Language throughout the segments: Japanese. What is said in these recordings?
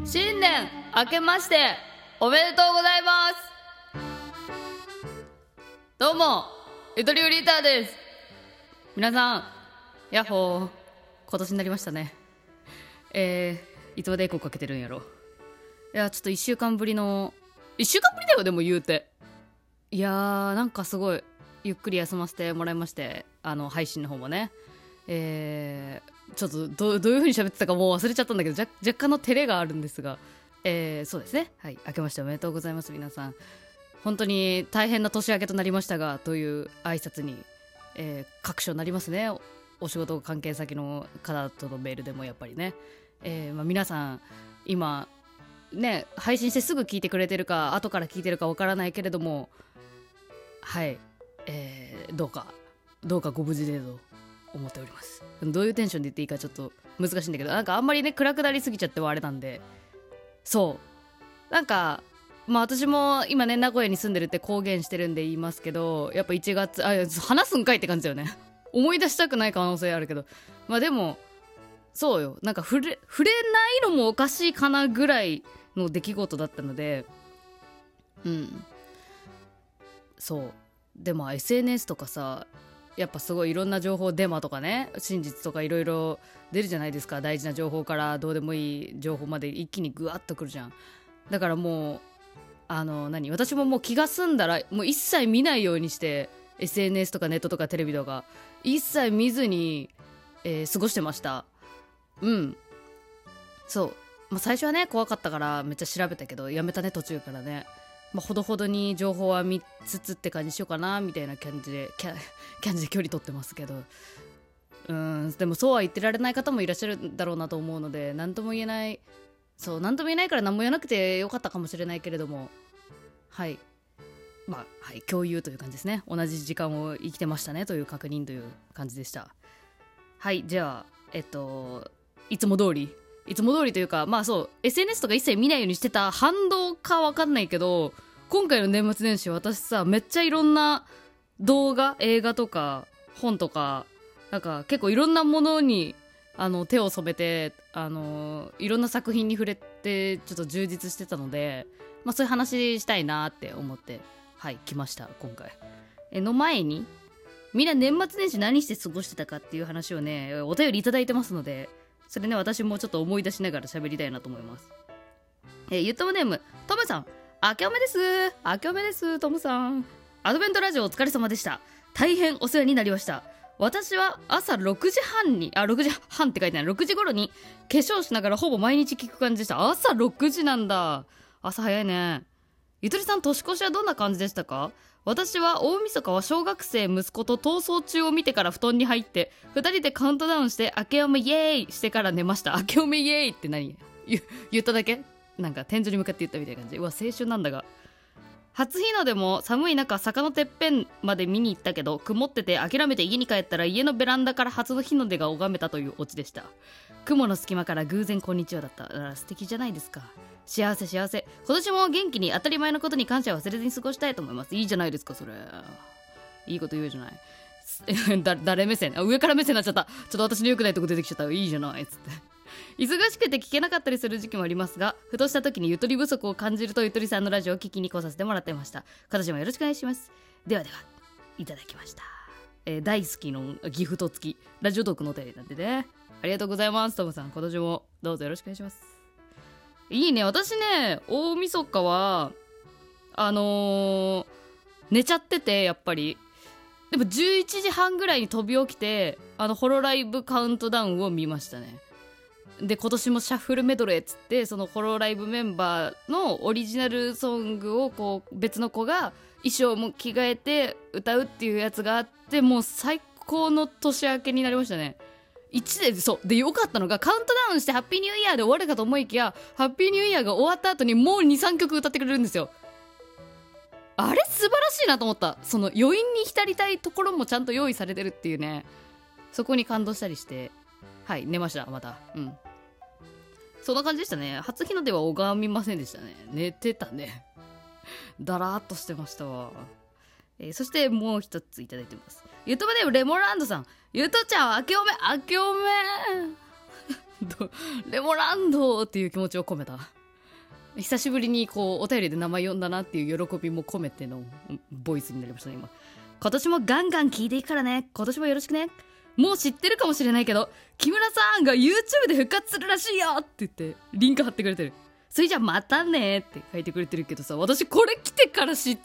新年明けましておめでとうございます。どうもゆとりフリーターです。皆さんヤッホー、今年になりましたね。いつまでエコーかけてるんやろ。いやちょっと1週間ぶりだよ。でも言うて、いやーなんかすごいゆっくり休ませてもらいまして、配信の方もね、ちょっとどういう風に喋ってたかもう忘れちゃったんだけど、若干の照れがあるんですが、そうですね、はい、明けましておめでとうございます。皆さん本当に大変な年明けとなりましたがという挨拶に、各所なりますね。お仕事関係先の方とのメールでもやっぱりね、皆さん今ね配信してすぐ聞いてくれてるか後から聞いてるかわからないけれども、はい、どうかご無事でと思っております。どういうテンションで言っていいかちょっと難しいんだけど、なんかあんまりね暗くなりすぎちゃってはあれなんで、そうなんか私も今ね名古屋に住んでるって公言してるんで言いますけど、やっぱ1月話すんかいって感じだよね思い出したくない可能性あるけど、でもそうよ、なんか触れないのもおかしいかなぐらいの出来事だったので、そうでも SNS とかさ、やっぱすごいいろんな情報、デマとかね真実とかいろいろ出るじゃないですか。大事な情報からどうでもいい情報まで一気にグワッとくるじゃん。だからもう私ももう気が済んだらもう一切見ないようにして、 SNS とかネットとかテレビとか一切見ずに、過ごしてました。そう、最初はね怖かったからめっちゃ調べたけどやめたね途中からね。ほどほどに情報は見つつって感じしようかなみたいな感じで距離取ってますけど、でもそうは言ってられない方もいらっしゃるんだろうなと思うので、何とも言えないから何も言わなくてよかったかもしれないけれども、はい共有という感じですね。同じ時間を生きてましたねという確認という感じでした。はい、じゃあいつも通りというか、そう SNS とか一切見ないようにしてた反動か分かんないけど、今回の年末年始私さめっちゃいろんな動画、映画とか本とかなんか結構いろんなものに手を染めていろんな作品に触れてちょっと充実してたので、そういう話したいなって思って来ました今回。の前にみんな年末年始何して過ごしてたかっていう話をねお便りいただいてますので、それね私もちょっと思い出しながら喋りたいなと思います。ゆっともネームトムさん、明けおめですトムさん。アドベントラジオお疲れ様でした。大変お世話になりました。私は朝6時半って書いてない6時頃に化粧しながらほぼ毎日聞く感じでした。朝6時なんだ、朝早いね。ゆとりさん年越しはどんな感じでしたか？私は大晦日は小学生息子と逃走中を見てから布団に入って2人でカウントダウンして明けおめイエーイしてから寝ました。明けおめイエーイって何言っただけ？なんか天井に向かって言ったみたいな感じ。青春なんだが。初日の出も寒い中坂のてっぺんまで見に行ったけど曇ってて諦めて家に帰ったら家のベランダから初の日の出が拝めたというオチでした。雲の隙間から偶然こんにちはだった。素敵じゃないですか。幸せ今年も元気に当たり前のことに感謝を忘れずに過ごしたいと思います。いいじゃないですかそれ。いいこと言うじゃない誰目線？上から目線になっちゃった。ちょっと私の良くないとこ出てきちゃった。いいじゃないっつって忙しくて聞けなかったりする時期もありますが、ふとした時にゆとり不足を感じるとゆとりさんのラジオを聞きに来させてもらってました。今年もよろしくお願いします。ではいただきました。大好きのギフト付きラジオトークのお便りなんでね、ありがとうございますトムさん。今年もどうぞよろしくお願いします。いいね。私ね大晦日は寝ちゃってて、やっぱりでも11時半ぐらいに飛び起きてホロライブカウントダウンを見ましたね。で今年もシャッフルメドレーっつってそのホロライブメンバーのオリジナルソングをこう別の子が衣装も着替えて歌うっていうやつがあって、もう最高の年明けになりましたね。そうで良かったのがカウントダウンしてハッピーニューイヤーで終わるかと思いきや、ハッピーニューイヤーが終わった後にもう 2,3 曲歌ってくれるんですよ。あれ素晴らしいなと思った。その余韻に浸りたいところもちゃんと用意されてるっていうね、そこに感動したりして寝ました。またそんな感じでしたね。初日の出は拝みませんでしたね。寝てたねだらーっとしてましたわ。そしてもう一ついただいてます。ゆとばネームレモランドさん、ゆとちゃん明けおめレモランドっていう気持ちを込めた久しぶりにこうお便りで名前呼んだなっていう喜びも込めてのボイスになりましたね。今年もガンガン聞いていくからね、今年もよろしくね。もう知ってるかもしれないけど木村さんが YouTube で復活するらしいよって言ってリンク貼ってくれてる。それじゃまたねって書いてくれてるけどさ、私これ来てから知って、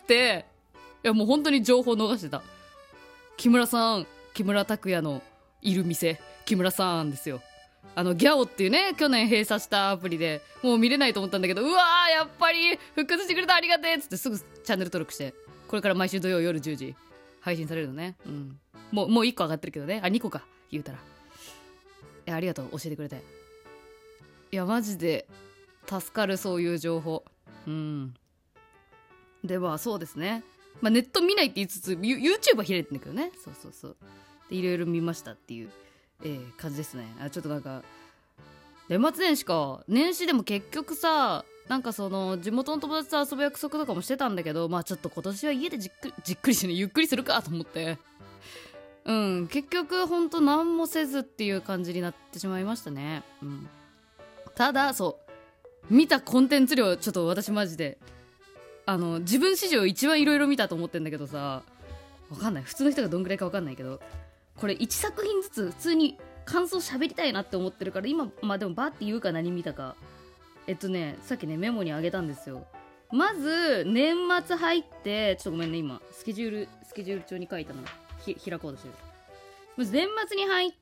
いやもう本当に情報逃してた。木村さん、木村拓哉のいる店、木村さんですよ。ギャオっていうね、去年閉鎖したアプリでもう見れないと思ったんだけど、うわーやっぱり復活してくれた、ありがてえっつってすぐチャンネル登録して、これから毎週土曜夜10時配信されるのね。もう1個上がってるけどね、2個か言うたら。いやありがとう、教えてくれて。いやマジで助かる、そういう情報。ではそうですね、ネット見ないって言いつつ YouTube は開いてんだけどね。そうでいろいろ見ましたっていう、感じですね。ちょっとなんか年末年始か、年始でも結局さ、なんかその地元の友達と遊ぶ約束とかもしてたんだけど、ちょっと今年は家でじっくりしてね、ゆっくりするかと思って、結局ほんと何もせずっていう感じになってしまいましたね。ただそう見たコンテンツ量、ちょっと私マジで自分史上一番いろいろ見たと思ってんだけどさ、わかんない、普通の人がどんぐらいかわかんないけど、これ1作品ずつ普通に感想喋りたいなって思ってるから、今でもバーって言うか何見たか。さっきねメモにあげたんですよ。まず年末入って、ちょっとごめんね、今スケジュール帳に書いたの開こうとしてる。まず年末に入って、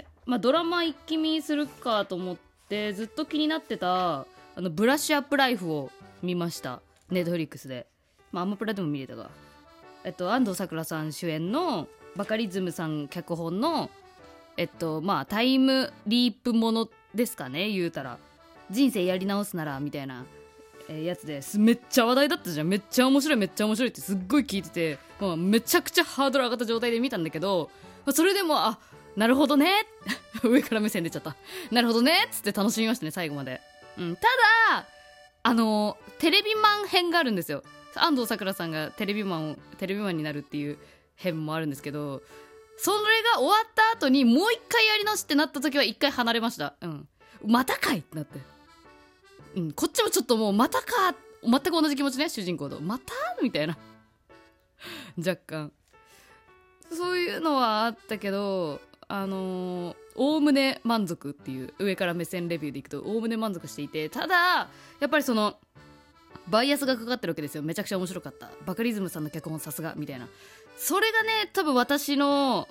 ドラマ一気見するかと思ってずっと気になってたブラッシュアップライフを見ました、ネットフリックスで。アマプラでも見れたが、安藤サクラさん主演のバカリズムさん脚本のタイムリープものですかね、言うたら。人生やり直すならみたいな、やつです。めっちゃ話題だったじゃん。めっちゃ面白いってすっごい聞いてて、めちゃくちゃハードル上がった状態で見たんだけど、それでもなるほどね上から目線出ちゃった、なるほどねっつって楽しみましたね、最後まで。ただテレビマン編があるんですよ。安藤サクラさんがテレビマンになるっていう編もあるんですけど、それが終わった後にもう一回やり直しってなった時は一回離れました。またかいってなって、こっちもちょっともうまたか、全く同じ気持ちね、主人公とまたみたいな若干そういうのはあったけど、おおむね満足っていう、上から目線レビューでいくとおおむね満足していて、ただやっぱりそのバイアスがかかってるわけですよ。めちゃくちゃ面白かった、バカリズムさんの脚本さすがみたいな。それがね多分私の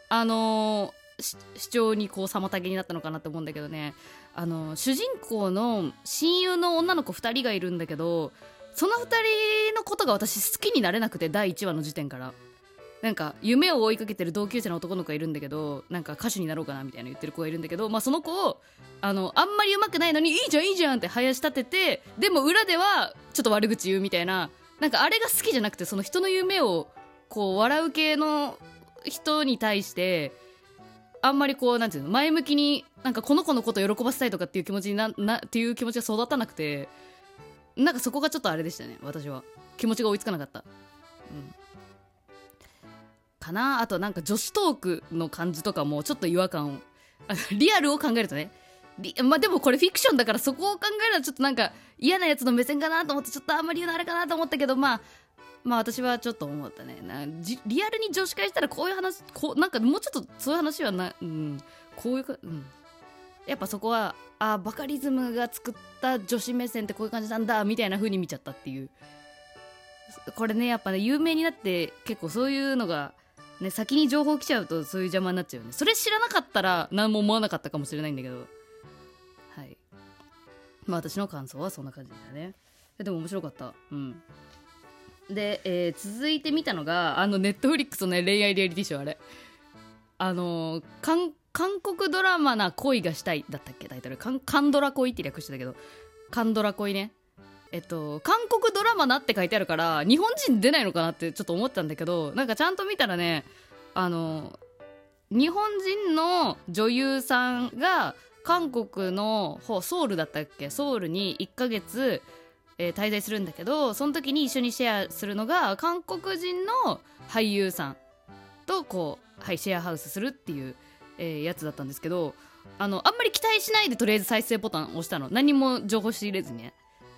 主張にこう妨げになったのかなと思うんだけどね。主人公の親友の女の子2人がいるんだけど、その2人のことが私好きになれなくて、第1話の時点から。なんか夢を追いかけてる同級生の男の子がいるんだけど、なんか歌手になろうかなみたいな言ってる子がいるんだけど、その子をあんまり上手くないのにいいじゃんって林立てて、でも裏ではちょっと悪口言うみたいな、なんかあれが好きじゃなくて、その人の夢をこう笑う系の人に対してあんまりこうなんていうの、前向きになんかこの子のことを喜ばせたいとかっていう気持ちっていう気持ちが育たなくて、なんかそこがちょっとあれでしたね、私は気持ちが追いつかなかった。かな。あとなんか女子トークの感じとかもちょっと違和感をリアルを考えるとね、でもこれフィクションだから、そこを考えるとちょっとなんか嫌なやつの目線かなと思って、ちょっとあんまり言うのあれかなと思ったけど、私はちょっと思ったね。リアルに女子会したらこういう話、なんかもうちょっとそういう話はこういうやっぱそこはバカリズムが作った女子目線ってこういう感じなんだみたいな風に見ちゃったっていう。これねやっぱね、有名になって結構そういうのがね、先に情報来ちゃうとそういう邪魔になっちゃうよね。それ知らなかったら何も思わなかったかもしれないんだけど、はい。私の感想はそんな感じだね。でも面白かった。で、続いて見たのがネットフリックスのね、恋愛リアリティショー、あれ韓国ドラマな恋がしたいだったっけ、タイトル。カンドラ恋って略してたけど、カンドラ恋ね。韓国ドラマなって書いてあるから日本人出ないのかなってちょっと思ったんだけど、なんかちゃんと見たらね、日本人の女優さんが韓国のソウルだったっけ、ソウルに1ヶ月、滞在するんだけど、その時に一緒にシェアするのが韓国人の俳優さんとこう、シェアハウスするっていう、やつだったんですけど、あんまり期待しないでとりあえず再生ボタン押したの、何も情報仕入れずにね。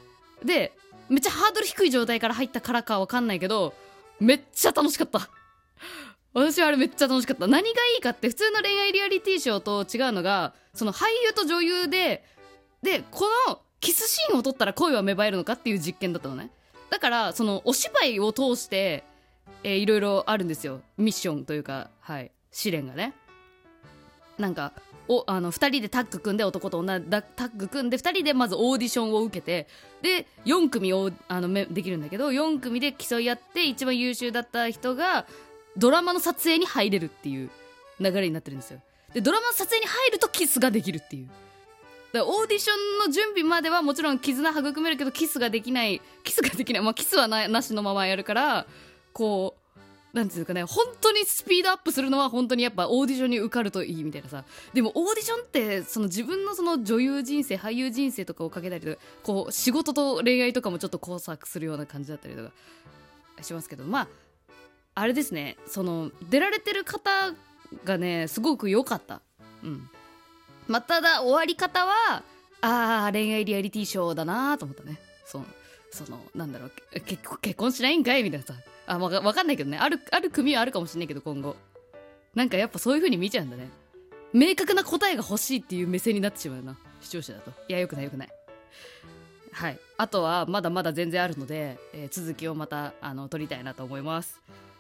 でめっちゃハードル低い状態から入ったからかわかんないけど、めっちゃ楽しかった私はあれめっちゃ楽しかった。何がいいかって、普通の恋愛リアリティショーと違うのが、その俳優と女優でこのキスシーンを撮ったら恋は芽生えるのかっていう実験だったのね。だからそのお芝居を通して、いろいろあるんですよ、ミッションというか、はい、試練がね。なんか2人でタッグ組んで、男と女タッグ組んで2人でまずオーディションを受けて、で4組をできるんだけど、4組で競い合って、一番優秀だった人がドラマの撮影に入れるっていう流れになってるんですよ。でドラマの撮影に入るとキスができるっていう。だからオーディションの準備まではもちろん絆育めるけど、キスができない、まあキスはなしのままやるから、こうなんていうかね、本当にスピードアップするのは本当にやっぱオーディションに受かるといいみたいなさ。でもオーディションってその自分のその女優人生、俳優人生とかをかけたりとか、こう仕事と恋愛とかもちょっと交錯するような感じだったりとかしますけど、まああれですね、その出られてる方がねすごく良かった。まあ、ただ終わり方は恋愛リアリティショーだなと思ったね。そのなんだろう、結婚しないんかいみたいなさ。わかんないけどね、ある組はあるかもしれないけど、今後なんかやっぱそういう風に見ちゃうんだね。明確な答えが欲しいっていう目線になってしまうな、視聴者だと。いや、よくない。はい、あとはまだまだ全然あるので、続きをまた撮りたいなと思います。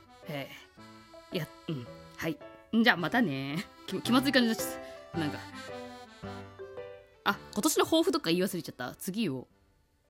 はい、じゃあまたね。気まずい感じだし、なんか今年の抱負とか言い忘れちゃった。次を